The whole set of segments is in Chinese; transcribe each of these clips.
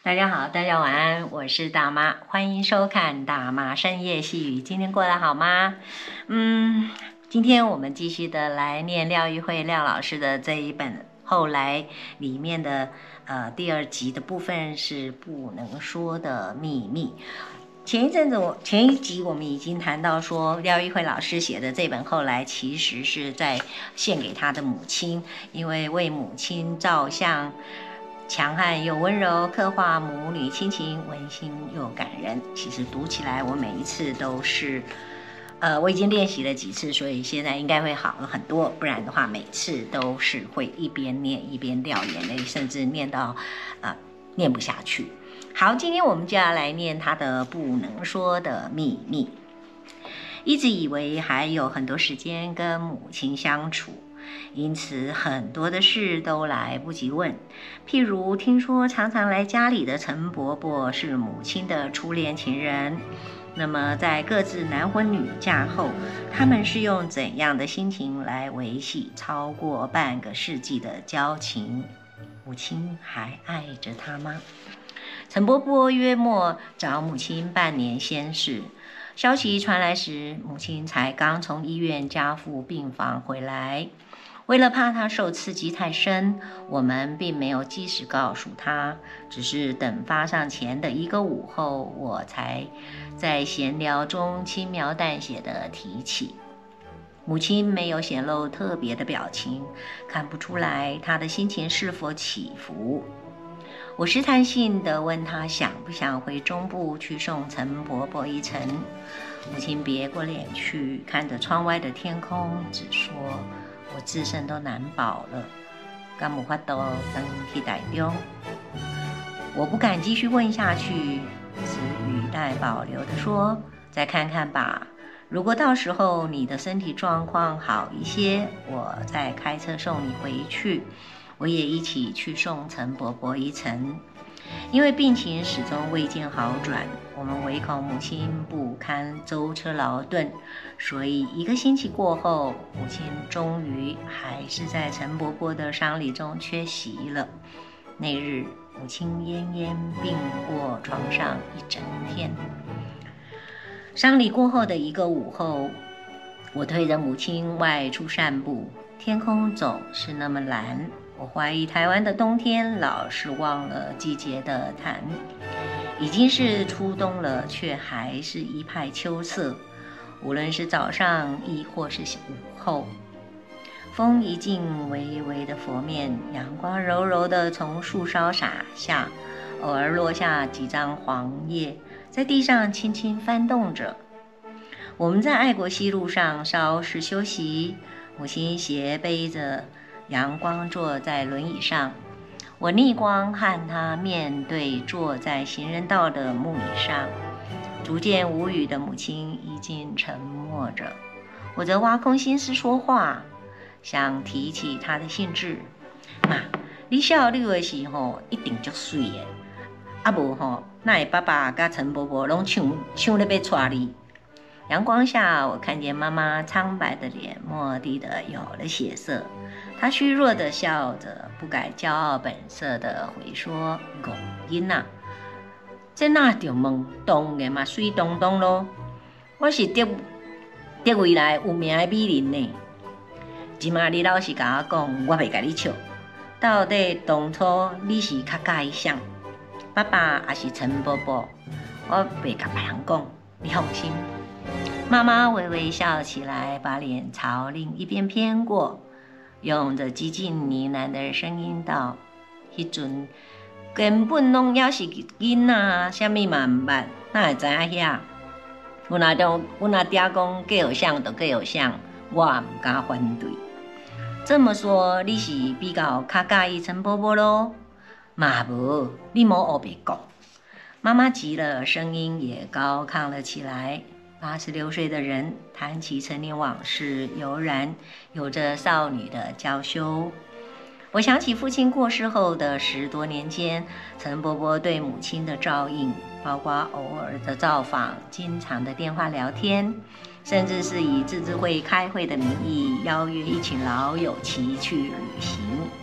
大家好，大家晚安，我是大妈，欢迎收看大妈深夜细语。今天过得好吗？今天我们继续的来念廖玉慧廖老师的这一本后来里面的第二集的部分是不能说的秘密。前一集我们已经谈到说，廖玉慧老师写的这本后来其实是在献给他的母亲，因为为母亲照相。强悍又温柔，刻画母女亲情，温馨又感人。其实读起来，我每一次都是，我已经练习了几次，所以现在应该会好了很多。不然的话，每次都是会一边念一边掉眼泪，甚至念到念不下去。好，今天我们就要来念他的不能说的秘密。一直以为还有很多时间跟母亲相处。因此很多的事都来不及问，譬如听说常常来家里的陈伯伯是母亲的初恋情人，那么在各自男婚女嫁后，他们是用怎样的心情来维系超过半个世纪的交情？母亲还爱着他吗？陈伯伯约莫找母亲半年先逝，消息传来时，母亲才刚从医院加护病房回来。为了怕他受刺激太深，我们并没有及时告诉他，只是等发上前的一个午后，我才在闲聊中轻描淡写地提起。母亲没有显露特别的表情，看不出来她的心情是否起伏。我试探性地问她想不想回中部去送陈伯伯一程。母亲别过脸去，看着窗外的天空，只说我自身都难保了，敢无法度登去台中。我不敢继续问下去，只语带保留地说：“再看看吧，如果到时候你的身体状况好一些，我再开车送你回去。我也一起去送陈伯伯一程。”因为病情始终未见好转，我们唯恐母亲不堪舟车劳顿，所以1个星期过后，母亲终于还是在陈伯伯的丧礼中缺席了。那日，母亲奄奄病卧床上一整天。丧礼过后的1个午后，我推着母亲外出散步，天空总是那么蓝。我怀疑台湾的冬天老是忘了季节的谈，已经是初冬了，却还是一派秋色。无论是早上亦或是午后，风一进微微的拂面，阳光柔柔的从树梢洒下，偶尔落下几张黄叶，在地上轻轻翻动着。我们在爱国西路上稍事休息，母亲斜背着阳光坐在轮椅上，我逆光和他面对坐在行人道的木椅上，逐渐无语的母亲已经沉默着。我则挖空心思说话，想提起他的兴致。妈，你小六的时候一定足水的，啊无吼，那会爸爸甲陈伯伯拢抢咧要娶你。阳光下，我看见妈妈苍白的脸蓦地的有了血色。她虚弱的笑着，不改骄傲本色的回说：“戆囡仔，这哪着问，当然嘛水咚咚咯。我是德未来有名的美人呢。今嘛你老实甲我讲，我袂甲你笑。到底当初你是较介意啥？爸爸还是陈伯伯？我袂甲别人讲，你放心。”妈妈微微笑起来，把脸朝另一边偏过，用着极尽呢喃的声音道：“迄阵根本拢也是囡仔，啥物嘛毋捌，哪会知影遐？阮阿爹讲计有像就计有像，我毋敢反对。这么说，你是比较介意陈伯伯咯？嘛无，你莫胡白讲。”妈妈急了，声音也高亢了起来。86岁的人谈起陈年往事，悠然有着少女的娇羞。我想起父亲过世后的10多年间，陈伯伯对母亲的照应，包括偶尔的造访、经常的电话聊天，甚至是以自治会开会的名义邀约一群老友齐去旅行。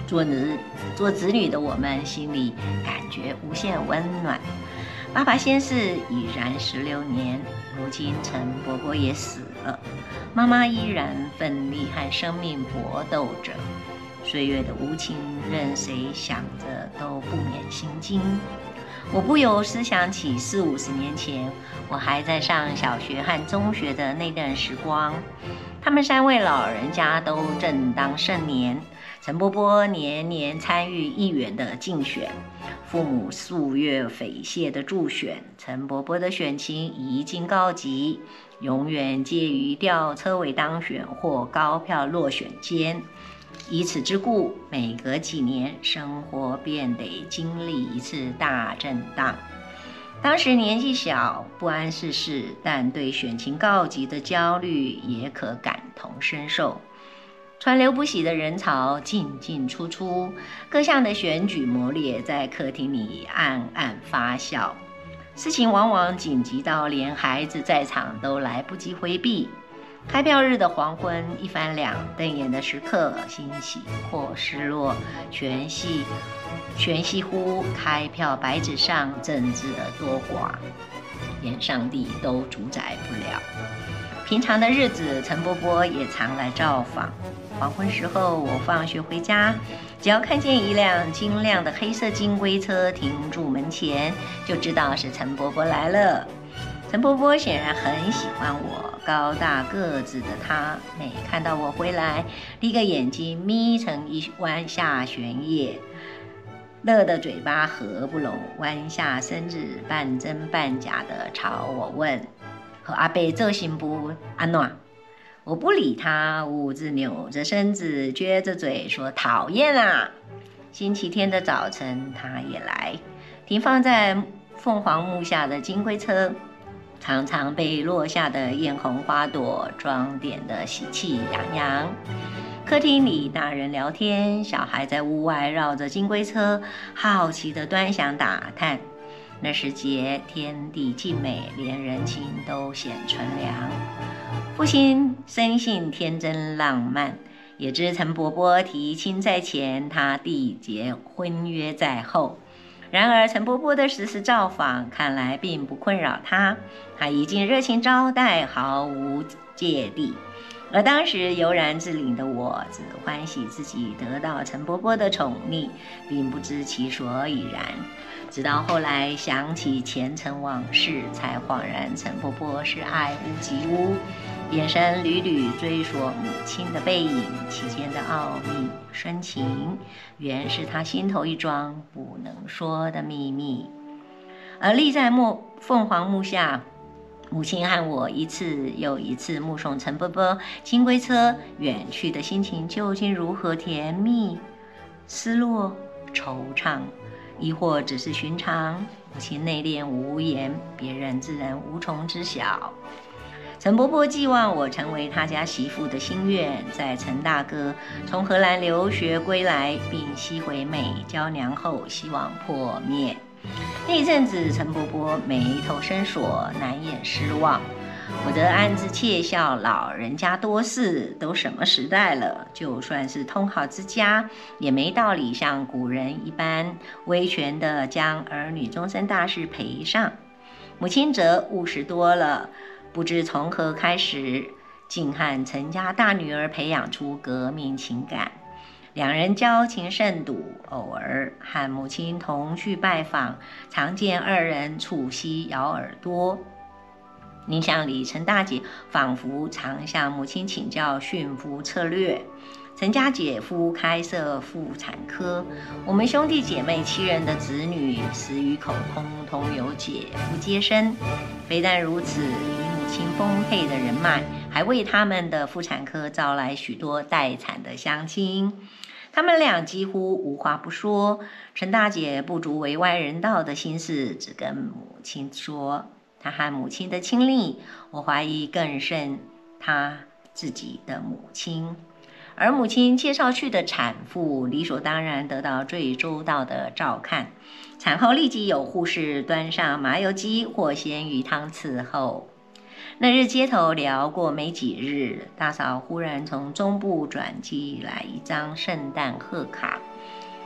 做子女的我们心里感觉无限温暖。爸爸先是已然16年，如今陈伯伯也死了，妈妈依然奋力和生命搏斗着。岁月的无情，任谁想着都不免心惊。我不由思想起40-50年前，我还在上小学和中学的那段时光。他们3位老人家都正当盛年，陈伯伯年年参与议员的竞选，父母夙月匪懈的助选，陈伯伯的选情已经告急，永远介于吊车尾当选或高票落选间。以此之故，每隔几年，生活便得经历一次大震荡。当时年纪小，不谙世事，但对选情告急的焦虑也可感同身受。川流不息的人潮进进出出，各项的选举谋略在客厅里暗暗发酵。事情往往紧急到连孩子在场都来不及回避。开票日的黄昏，一翻两瞪眼的时刻，欣喜或失落，全系乎开票白纸上政治的多寡，连上帝都主宰不了。平常的日子，陈伯伯也常来造访。黄昏时候，我放学回家，只要看见一辆晶亮的黑色金龟车停住门前，就知道是陈伯伯来了。陈伯伯显然很喜欢我，高大个子的他，每看到我回来，立个眼睛眯成一弯下悬叶，乐得嘴巴合不拢，弯下身子，半真半假的朝我问：“和阿伯做新妇安怎？”我不理他，兀自扭着身子，撅着嘴说：“讨厌啊！”星期天的早晨，他也来，停放在凤凰木下的金龟车，常常被落下的艳红花朵装点得喜气洋洋。客厅里大人聊天，小孩在屋外绕着金龟车好奇地端详打探。那时节天地静美，连人情都显纯良。父亲生性天真浪漫，也知陈伯伯提亲在前，他缔结婚约在后。然而陈伯伯的时时造访看来并不困扰他，他已经热情招待，毫无芥蒂。而当时悠然自领的我，只欢喜自己得到陈伯伯的宠溺，并不知其所以然。直到后来想起前尘往事，才恍然陈伯伯是爱屋及乌，眼神屡屡追索母亲的背影，其间的奥秘深情，原是他心头一桩不能说的秘密。而立在凤凰木下，母亲和我一次又一次目送陈伯伯金龟车远去的心情究竟如何甜蜜、失落、惆怅，亦或只是寻常？母亲内敛无言，别人自然无从知晓。陈伯伯寄望我成为他家媳妇的心愿，在陈大哥从荷兰留学归来并西回美娇娘后，希望破灭。那一阵子，陈伯伯眉头深锁，难掩失望。我则暗自窃笑，老人家多事，都什么时代了，就算是通好之家，也没道理像古人一般威权地将儿女终身大事赔上。母亲则务实多了，不知从何开始，竟和陈家大女儿培养出革命情感。两人交情甚笃，偶尔和母亲同去拜访，常见二人促膝咬耳朵。印象里，陈大姐仿佛常向母亲请教驯服策略。陈家姐夫开设妇产科，我们兄弟姐妹7人的子女10余口通通有姐夫接生。非但如此，以母亲丰沛的人脉，还为他们的妇产科招来许多待产的乡亲。他们俩几乎无话不说，陈大姐不足为外人道的心事，只跟母亲说。她和母亲的亲昵，我怀疑更胜她自己的母亲。而母亲介绍去的产妇，理所当然得到最周到的照看。产后立即有护士端上麻油鸡或鲜鱼汤伺候。那日街头聊过没几日，大嫂忽然从中部转寄来一张圣诞贺卡，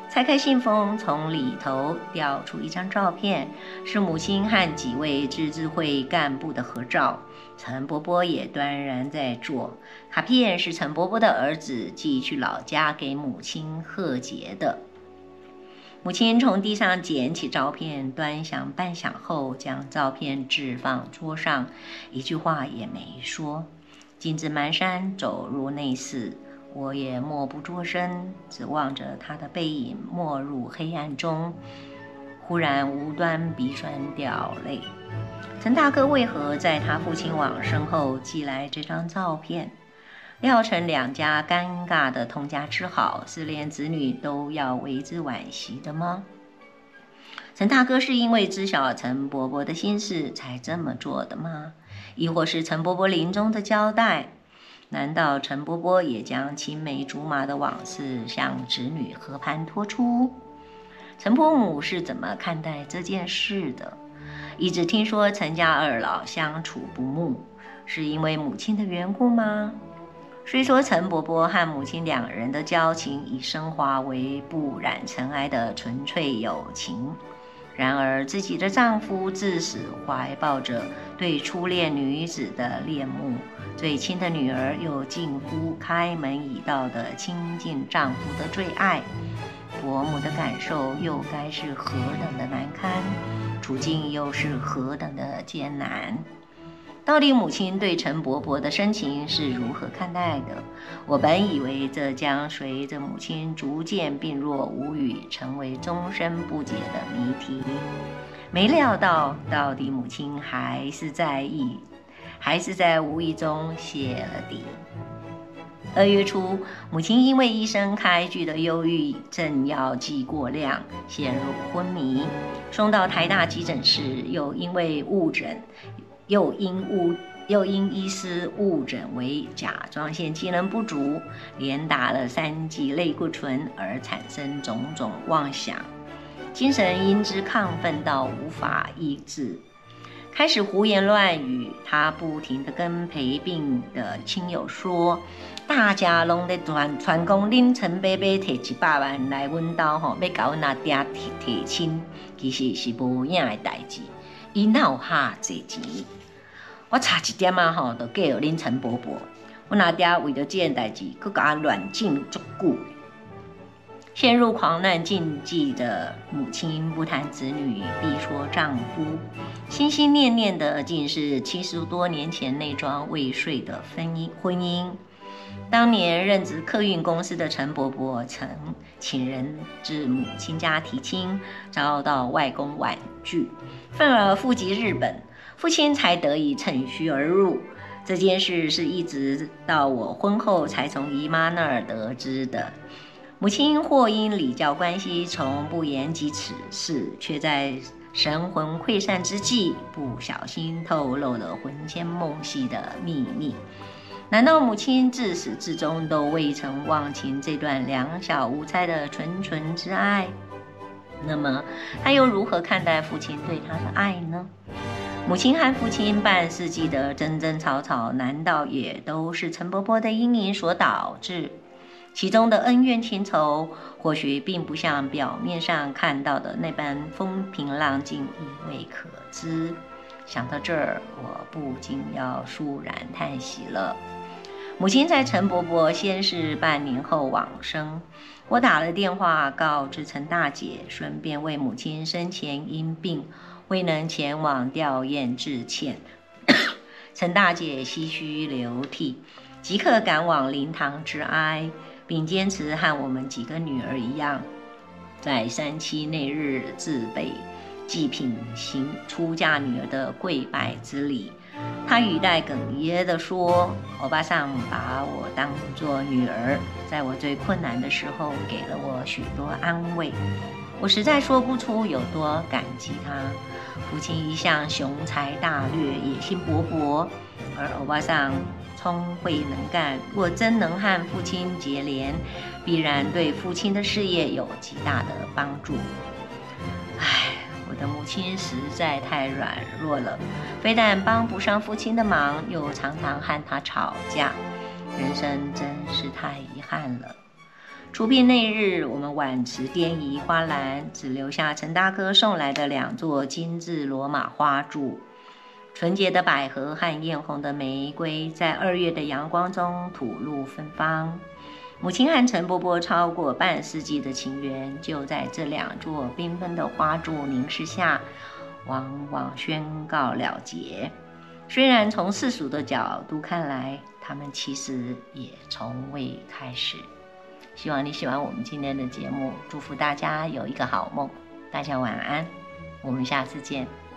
拆开信封，从里头掉出一张照片，是母亲和几位自治会干部的合照。陈伯伯也端然在做。卡片是陈伯伯的儿子寄去老家给母亲贺节的。母亲从地上捡起照片，端详半晌后，将照片置放桌上，一句话也没说。径自蹒跚走入内室，我也默不作声，只望着他的背影没入黑暗中。忽然无端鼻酸掉泪。陈大哥为何在他父亲往生后寄来这张照片？料成两家尴尬的通家之好，是连子女都要为之惋惜的吗？陈大哥是因为知晓陈伯伯的心事才这么做的吗？亦或是陈伯伯临终的交代？难道陈伯伯也将青梅竹马的往事向子女和盘托出？陈伯母是怎么看待这件事的？一直听说陈家二老相处不睦，是因为母亲的缘故吗？虽说陈伯伯和母亲两人的交情已升华为不染尘埃的纯粹友情，然而自己的丈夫自始怀抱着对初恋女子的恋慕，最亲的女儿又近乎开门已到的亲近丈夫的最爱，伯母的感受又该是何等的难堪，处境又是何等的艰难。到底母亲对陈伯伯的深情是如何看待的？我本以为这将随着母亲逐渐病弱无语，成为终身不解的谜题。没料到底母亲还是在意，还是在无意中泄了底。2月初，母亲因为医生开具的忧郁症药剂过量，陷入昏迷，送到台大急诊室，又因医师误诊为甲状腺机能不足，连打了3剂类固醇，而产生种种妄想，精神因之亢奋到无法抑制，开始胡言乱语。他不停地跟陪病的亲友说，大家拢在传讲恁陈伯伯摕100万来阮兜要甲阮阿爹提亲，其实是无影的代志，伊哪有遐济钱？我差一点啊就嫁予恁陈伯伯，阮阿爹为着这件代志，佮甲我乱讲足久。陷入狂乱禁忌的母亲不谈子女，必说丈夫，心心念念的竟是70多年前那桩未遂的婚姻。当年任职客运公司的陈伯伯曾请人至母亲家提亲，遭到外公婉拒，愤而赴及日本，父亲才得以趁虚而入。这件事是一直到我婚后才从姨妈那儿得知的。母亲或因礼教关系，从不言及此事，却在神魂溃散之际，不小心透露了魂牵梦系的秘密。难道母亲自始至终都未曾忘情这段两小无猜的纯纯之爱？那么，她又如何看待父亲对她的爱呢？母亲和父亲半世纪的争争吵吵，难道也都是陈伯伯的阴影所导致？其中的恩怨情仇，或许并不像表面上看到的那般风平浪静，亦未可知。想到这儿，我不禁要肃然叹息了。母亲在陈伯伯先是半年后往生，我打了电话告知陈大姐，顺便为母亲生前因病未能前往吊唁致歉。陈大姐唏嘘流涕，即刻赶往灵堂致哀，并坚持和我们几个女儿一样，在3期那日自备祭品行出嫁女儿的跪拜之礼。她语带哽咽地说，欧巴桑把我当作女儿，在我最困难的时候给了我许多安慰，我实在说不出有多感激他。父亲一向雄才大略，野心勃勃，而欧巴桑聪慧能干，若真能和父亲结连，必然对父亲的事业有极大的帮助。我的母亲实在太软弱了，非但帮不上父亲的忙，又常常和他吵架，人生真是太遗憾了。 出殡那日，我们碗池颠移花篮，只留下陈大哥送来的2座精致罗马花柱。纯洁的百合和艳红的玫瑰，在2月的阳光中吐露芬芳。母亲和陈伯伯超过半世纪的情缘，就在这2座缤纷的花柱凝视下，往往宣告了结。虽然从世俗的角度看来，他们其实也从未开始。希望你喜欢我们今天的节目，祝福大家有一个好梦，大家晚安，我们下次见。